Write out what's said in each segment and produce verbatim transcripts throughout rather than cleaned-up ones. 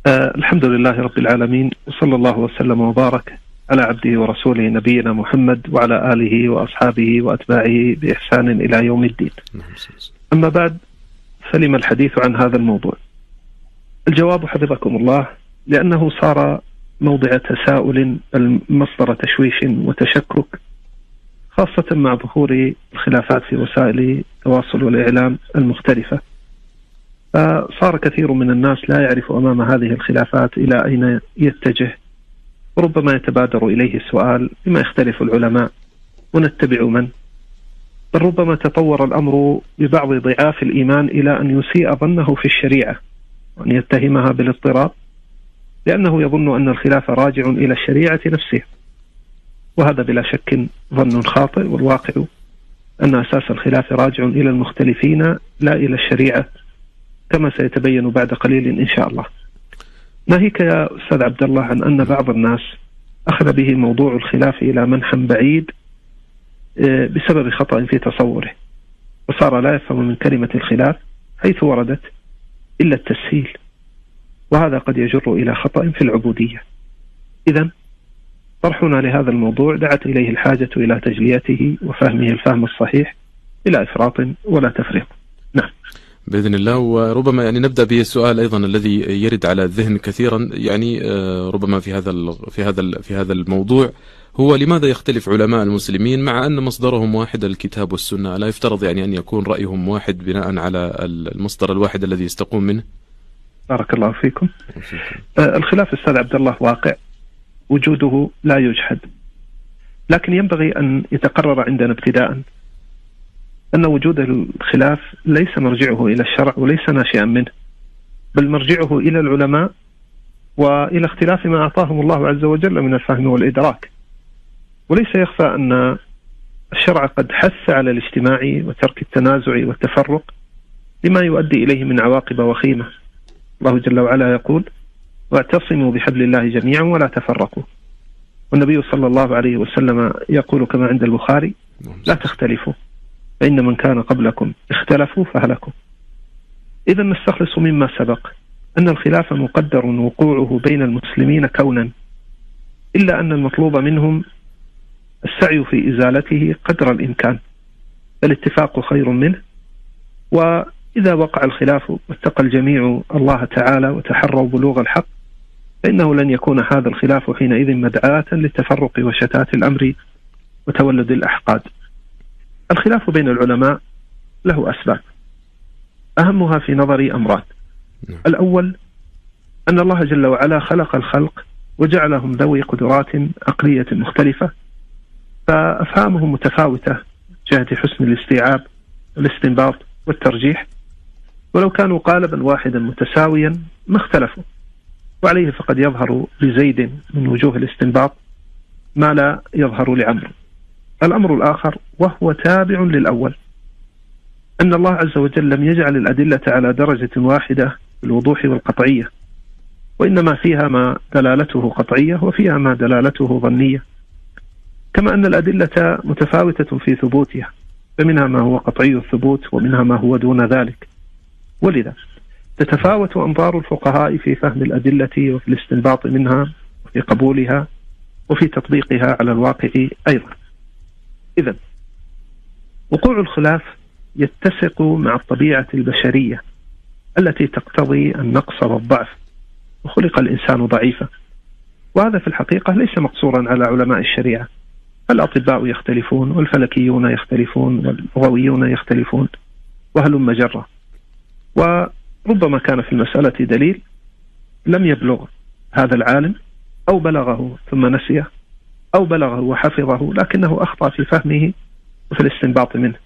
آه الحمد لله رب العالمين، وصلى الله وسلم وبارك على عبده ورسوله نبينا محمد وعلى آله وأصحابه وأتباعه بإحسان إلى يوم الدين. أما بعد، فلما الحديث عن هذا الموضوع؟ الجواب حفظكم الله لأنه صار موضع تساؤل بل مصدر تشويش وتشكك، خاصة مع ظهور الخلافات في وسائل التواصل والإعلام المختلفة. فصار كثير من الناس لا يعرف أمام هذه الخلافات إلى أين يتجه، وربما يتبادر إليه السؤال: لما يختلف العلماء ونتبع من؟ بل ربما تطور الأمر ببعض ضعاف الإيمان إلى أن يسيء ظنه في الشريعة وأن يتهمها بالاضطراب، لأنه يظن أن الخلاف راجع إلى الشريعة نفسها، وهذا بلا شك ظن خاطئ، والواقع أن أساس الخلاف راجع إلى المختلفين لا إلى الشريعة، كما سيتبين بعد قليل إن شاء الله. ناهيك يا أستاذ عبد الله عن أن بعض الناس أخذ به موضوع الخلاف إلى منحى بعيد بسبب خطأ في تصوره، وصار لا يفهم من كلمة الخلاف حيث وردت إلا التسهيل، وهذا قد يجر إلى خطأ في العبودية. إذن طرحنا لهذا الموضوع دعت إليه الحاجة إلى تجليته وفهمه الفهم الصحيح بلا إفراط ولا تفريط. نعم، بإذن الله. وربما يعني نبدأ بالسؤال أيضا الذي يرد على الذهن كثيرا، يعني ربما في هذا في هذا في هذا الموضوع، هو لماذا يختلف علماء المسلمين مع أن مصدرهم واحد الكتاب والسنة؟ لا يفترض يعني أن يكون رأيهم واحد بناء على المصدر الواحد الذي يستقون منه؟ بارك الله فيكم. آه الخلاف أستاذ عبد الله واقع، وجوده لا يجحد، لكن ينبغي أن يتقرر عندنا ابتداء أن وجود الخلاف ليس مرجعه إلى الشرع وليس ناشئا منه، بل مرجعه إلى العلماء وإلى اختلاف ما أعطاهم الله عز وجل من الفهم والإدراك. وليس يخفى أن الشرع قد حث على الاجتماع وترك التنازع والتفرق لما يؤدي إليه من عواقب وخيمة. الله جل وعلا يقول: واعتصموا بحبل الله جميعا ولا تفرقوا. والنبي صلى الله عليه وسلم يقول كما عند البخاري: لا تختلفوا فإن من كان قبلكم اختلفوا فهلكوا. إذا نستخلص مما سبق أن الخلاف مقدر وقوعه بين المسلمين كونا، إلا أن المطلوب منهم السعي في إزالته قدر الإمكان، الاتفاق خير منه. وإذا وقع الخلاف واتقى الجميع الله تعالى وتحروا بلوغ الحق، فإنه لن يكون هذا الخلاف حينئذ مدعاة للتفرق وشتات الأمر وتولد الأحقاد. الخلاف بين العلماء له أسباب، أهمها في نظري أمران. الأول أن الله جل وعلا خلق الخلق وجعلهم ذوي قدرات عقلية مختلفة، فأفهامهم متفاوتة جهة حسن الاستيعاب والاستنباط والترجيح، ولو كانوا قالبا واحدا متساويا ما اختلفوا، وعليه فقد يظهر لزيد من وجوه الاستنباط ما لا يظهر لعمرو. الأمر الآخر وهو تابع للأول، أن الله عز وجل لم يجعل الأدلة على درجة واحدة بالوضوح والقطعية، وإنما فيها ما دلالته قطعية وفيها ما دلالته ظنية، كما أن الأدلة متفاوتة في ثبوتها، فمنها ما هو قطعي الثبوت ومنها ما هو دون ذلك. ولذا تتفاوت أنظار الفقهاء في فهم الأدلة وفي الاستنباط منها وفي قبولها وفي تطبيقها على الواقع أيضا. إذن وقوع الخلاف يتسق مع الطبيعة البشرية التي تقتضي النقص والضعف، وخلق الإنسان ضعيفا، وهذا في الحقيقة ليس مقصورا على علماء الشريعة. الأطباء يختلفون، والفلكيون يختلفون، واللغويون يختلفون، وهلم جرة. وربما كان في المسألة دليل لم يبلغ هذا العالم، أو بلغه ثم نسيه، أو بلغه وحفظه لكنه أخطأ في فهمه وفي الاستنباط منه.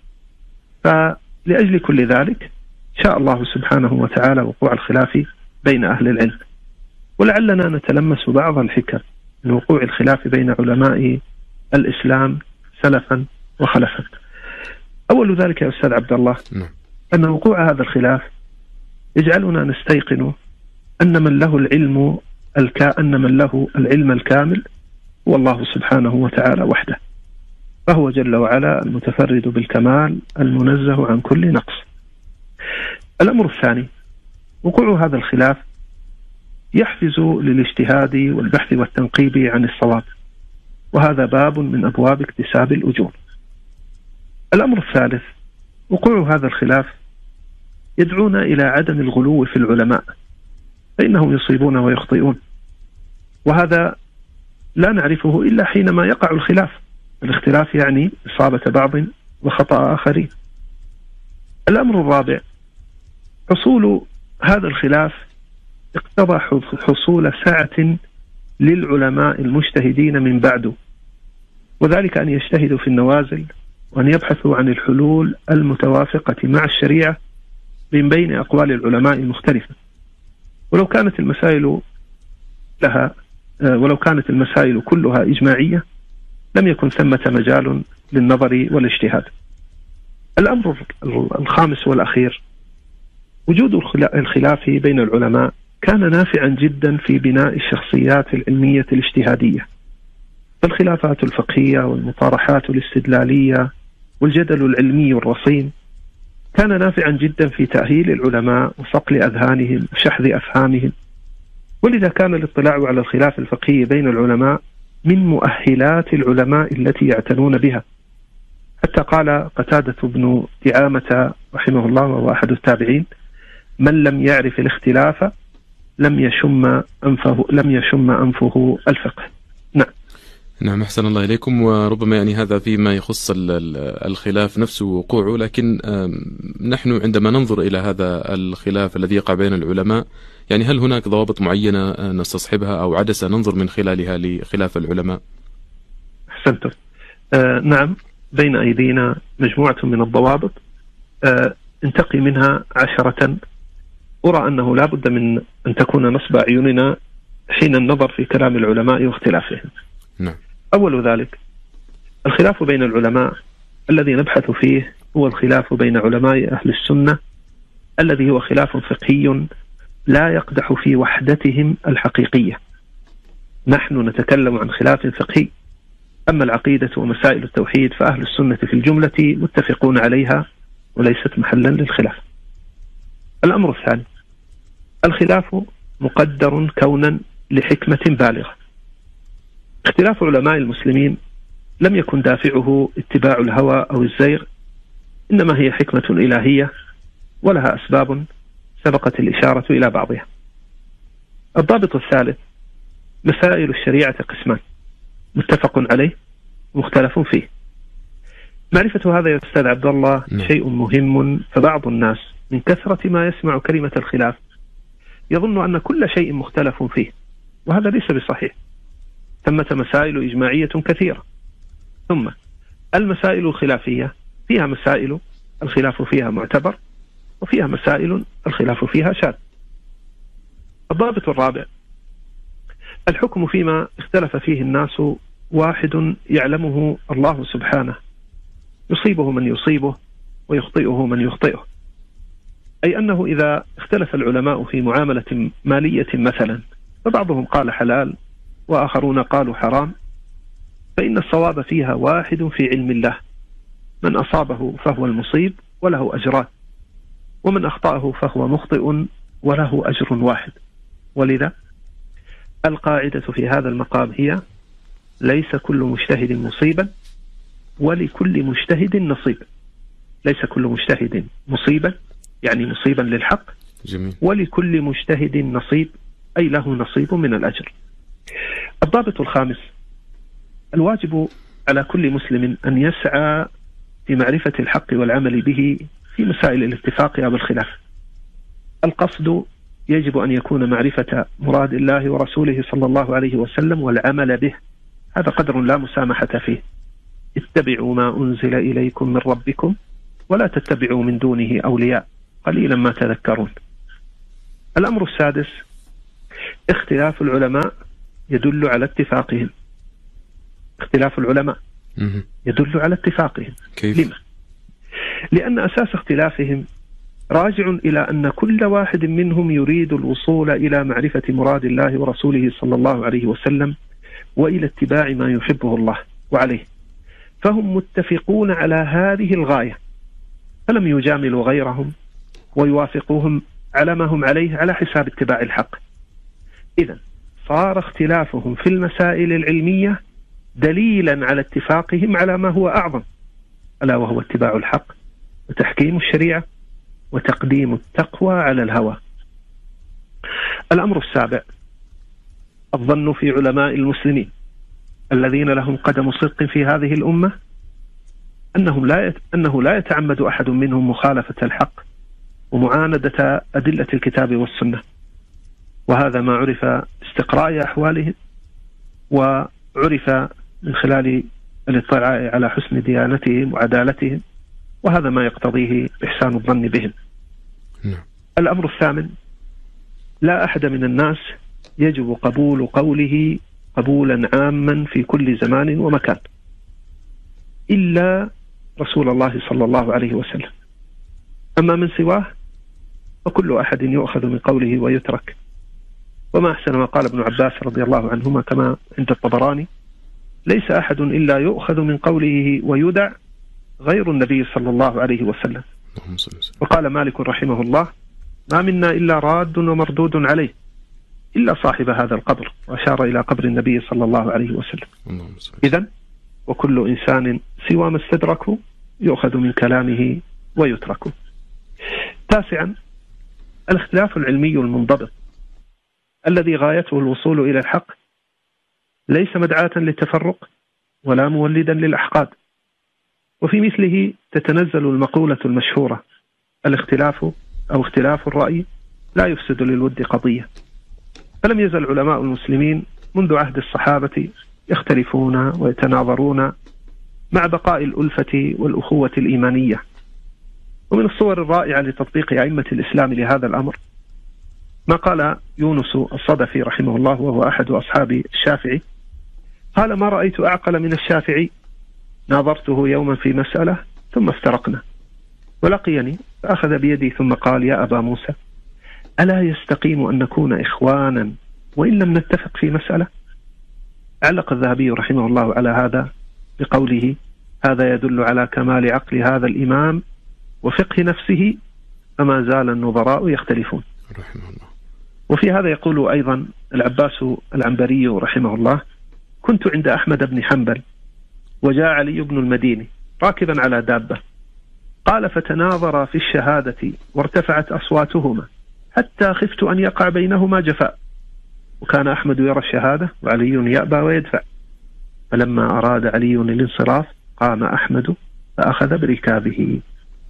فلأجل كل ذلك شاء الله سبحانه وتعالى وقوع الخلاف بين أهل العلم، ولعلنا نتلمس بعض الحكم من وقوع الخلاف بين علماء الإسلام سلفا وخلفا. أول ذلك يا أستاذ عبد الله أن وقوع هذا الخلاف يجعلنا نستيقن أن من له العلم الكا أن من له العلم الكامل هو الله سبحانه وتعالى وحده، فهو جل وعلا المتفرد بالكمال المنزه عن كل نقص. الأمر الثاني وقوع هذا الخلاف يحفز للاجتهاد والبحث والتنقيب عن الصواب، وهذا باب من أبواب اكتساب الأجور. الأمر الثالث: وقوع هذا الخلاف يدعونا إلى عدم الغلو في العلماء، فإنهم يصيبون ويخطئون، وهذا لا نعرفه إلا حينما يقع الخلاف. الاختلاف يعني إصابة بعض وخطأ آخرين. الأمر الرابع: حصول هذا الخلاف اقتضى حصول سعة للعلماء المجتهدين من بعده، وذلك أن يجتهدوا في النوازل وأن يبحثوا عن الحلول المتوافقة مع الشريعة من بين أقوال العلماء المختلفة. ولو كانت المسائل لها ولو كانت المسائل كلها إجماعية لم يكن ثمة مجال للنظر والاجتهاد. الأمر الخامس والأخير: وجود الخلاف بين العلماء كان نافعا جدا في بناء الشخصيات العلمية الاجتهادية، فالخلافات الفقهية والمطارحات الاستدلالية والجدل العلمي الرصين كان نافعا جدا في تأهيل العلماء وصقل أذهانهم وشحذ أفهامهم. ولذا كان الاطلاع على الخلاف الفقهي بين العلماء من مؤهلات العلماء التي يعتنون بها، حتى قال قتادة بن دعامة رحمه الله وهو أحد التابعين: من لم يعرف الاختلاف لم يشم أنفه لم يشم أنفه الفقه. نعم. نعم، أحسن الله إليكم. وربما يعني هذا فيما يخص الخلاف نفسه وقوعه، لكن نحن عندما ننظر إلى هذا الخلاف الذي يقع بين العلماء، يعني هل هناك ضوابط معينة نستصحبها أو عدسة ننظر من خلالها لخلاف العلماء؟ أحسنتم. آه نعم، بين أيدينا مجموعة من الضوابط، آه انتقي منها عشرة أرى أنه لا بد من أن تكون نصب أعيننا حين النظر في كلام العلماء واختلافهم. نعم. أول ذلك: الخلاف بين العلماء الذي نبحث فيه هو الخلاف بين علماء أهل السنة، الذي هو خلاف فقهي لا يقدح في وحدتهم الحقيقية. نحن نتكلم عن خلاف فقهي، أما العقيدة ومسائل التوحيد فأهل السنة في الجملة متفقون عليها وليست محلا للخلاف. الأمر الثاني: الخلاف مقدر كونا لحكمة بالغة. اختلاف علماء المسلمين لم يكن دافعه اتباع الهوى أو الزيغ، إنما هي حكمة إلهية ولها أسباب سبقت الإشارة إلى بعضها. الضابط الثالث: مسائل الشريعة قسمان، متفق عليه مختلف فيه. معرفة هذا يا أستاذ عبد الله شيء مهم، فبعض الناس من كثرة ما يسمع كلمة الخلاف يظن أن كل شيء مختلف فيه، وهذا ليس بصحيح. ثمة مسائل إجماعية كثيرة، ثم المسائل الخلافية فيها مسائل الخلاف فيها معتبر، وفيها مسائل الخلاف فيها شاذ. الضابط الرابع: الحكم فيما اختلف فيه الناس واحد يعلمه الله سبحانه، يصيبه من يصيبه ويخطئه من يخطئه. أي أنه إذا اختلف العلماء في معاملة مالية مثلا، فبعضهم قال حلال وآخرون قالوا حرام، فإن الصواب فيها واحد في علم الله، من أصابه فهو المصيب وله أجران، ومن أخطأه فهو مخطئ وله أجر واحد. ولذا القاعدة في هذا المقام هي: ليس كل مجتهد مصيبا ولكل مجتهد نصيب. ليس كل مجتهد مصيبا يعني مصيبا للحق. جميل. ولكل مجتهد نصيب أي له نصيب من الأجر. الضابط الخامس: الواجب على كل مسلم أن يسعى في معرفة الحق والعمل به في مسائل الاتفاق أو الخلاف. القصد يجب أن يكون معرفة مراد الله ورسوله صلى الله عليه وسلم والعمل به، هذا قدر لا مسامحة فيه. اتبعوا ما أنزل إليكم من ربكم ولا تتبعوا من دونه أولياء قليلا ما تذكرون. الأمر السادس: اختلاف العلماء يدل على اتفاقهم. اختلاف العلماء يدل على اتفاقهم. كيف؟ لما؟ لأن أساس اختلافهم راجع إلى أن كل واحد منهم يريد الوصول إلى معرفة مراد الله ورسوله صلى الله عليه وسلم وإلى اتباع ما يحبه الله وعليه، فهم متفقون على هذه الغاية، فلم يجاملوا غيرهم ويوافقوهم على ما هم عليه على حساب اتباع الحق. إذن صار اختلافهم في المسائل العلمية دليلا على اتفاقهم على ما هو أعظم، ألا وهو اتباع الحق وتحكيم الشريعة وتقديم التقوى على الهوى. الأمر السابع: الظن في علماء المسلمين الذين لهم قدم صدق في هذه الأمة أنهم لا يت... أنه لا يتعمد أحد منهم مخالفة الحق ومعاندة أدلة الكتاب والسنة، وهذا ما عرف باستقراء أحوالهم وعرف من خلال الاطلاع على حسن ديانتهم وعدالتهم، وهذا ما يقتضيه إحسان الظن بهم. الأمر الثامن: لا أحد من الناس يجب قبول قوله قبولا عاما في كل زمان ومكان إلا رسول الله صلى الله عليه وسلم، أما من سواه فكل أحد يؤخذ من قوله ويترك. وما أحسن ما قال ابن عباس رضي الله عنهما كما عند الطبراني: ليس أحد إلا يؤخذ من قوله ويدع غير النبي صلى الله عليه وسلم. وقال مالك رحمه الله: ما منا إلا راد ومردود عليه إلا صاحب هذا القبر، وأشار إلى قبر النبي صلى الله عليه وسلم. إذن وكل إنسان سوى ما استدركه يؤخذ من كلامه ويتركه. تاسعا: الاختلاف العلمي المنضبط الذي غايته الوصول إلى الحق ليس مدعاة للتفرق ولا مولدا للأحقاد، وفي مثله تتنزل المقولة المشهورة: الاختلاف أو اختلاف الرأي لا يفسد للود قضية. فلم يزل علماء المسلمين منذ عهد الصحابة يختلفون ويتناظرون مع بقاء الألفة والأخوة الإيمانية. ومن الصور الرائعة لتطبيق أئمة الإسلام لهذا الأمر ما قال يونس الصدفي رحمه الله، وهو أحد أصحاب الشافعي، قال: ما رأيت أعقل من الشافعي، ناظرته يوما في مسألة ثم افترقنا، ولقيني فأخذ بيدي ثم قال: يا أبا موسى، ألا يستقيم أن نكون إخوانا وإن لم نتفق في مسألة؟ علق الذهبي رحمه الله على هذا بقوله: هذا يدل على كمال عقل هذا الإمام وفقه نفسه، فما زال النظراء يختلفون. رحمه الله. وفي هذا يقول أيضا العباس العنبري رحمه الله: كنت عند أحمد بن حنبل وجاء علي بن المديني راكبا على دابة، قال: فتناظر في الشهادة وارتفعت أصواتهما حتى خفت أن يقع بينهما جفاء، وكان أحمد يرى الشهادة وعلي يأبى ويدفع، فلما أراد علي الانصراف قام أحمد فأخذ بركابه.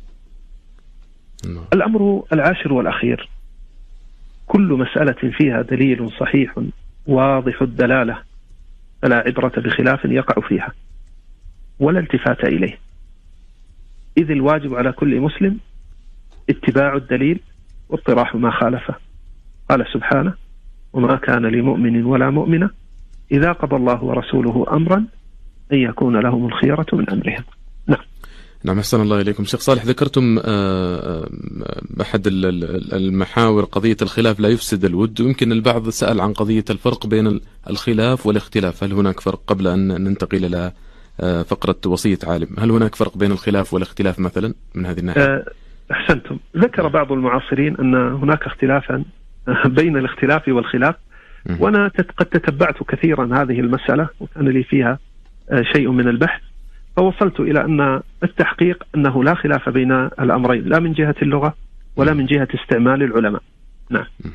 الأمر العاشر والأخير: كل مسألة فيها دليل صحيح واضح الدلالة فلا عبرة بخلاف يقع فيها ولا التفات إليه، إذ الواجب على كل مسلم اتباع الدليل واطراح ما خالفه. قال سبحانه: وما كان لمؤمن ولا مؤمنة إذا قضى الله ورسوله أمرا أن يكون لهم الخيرة من أمرهم. نعم. نعم، أحسن الله إليكم. شيخ صالح، ذكرتم أحد المحاور قضية الخلاف لا يفسد الود، ويمكن البعض سأل عن قضية الفرق بين الخلاف والاختلاف، هل هناك فرق؟ قبل أن ننتقل إلى فقرة وصية عالم، هل هناك فرق بين الخلاف والاختلاف مثلا من هذه الناحية؟ أحسنتم. ذكر بعض المعاصرين أن هناك اختلافا بين الاختلاف والخلاف، وأنا قد تتبعت كثيرا هذه المسألة وكان لي فيها شيء من البحث، فوصلت إلى أن التحقيق أنه لا خلاف بين الأمرين، لا من جهة اللغة ولا من جهة استعمال العلماء. نعم.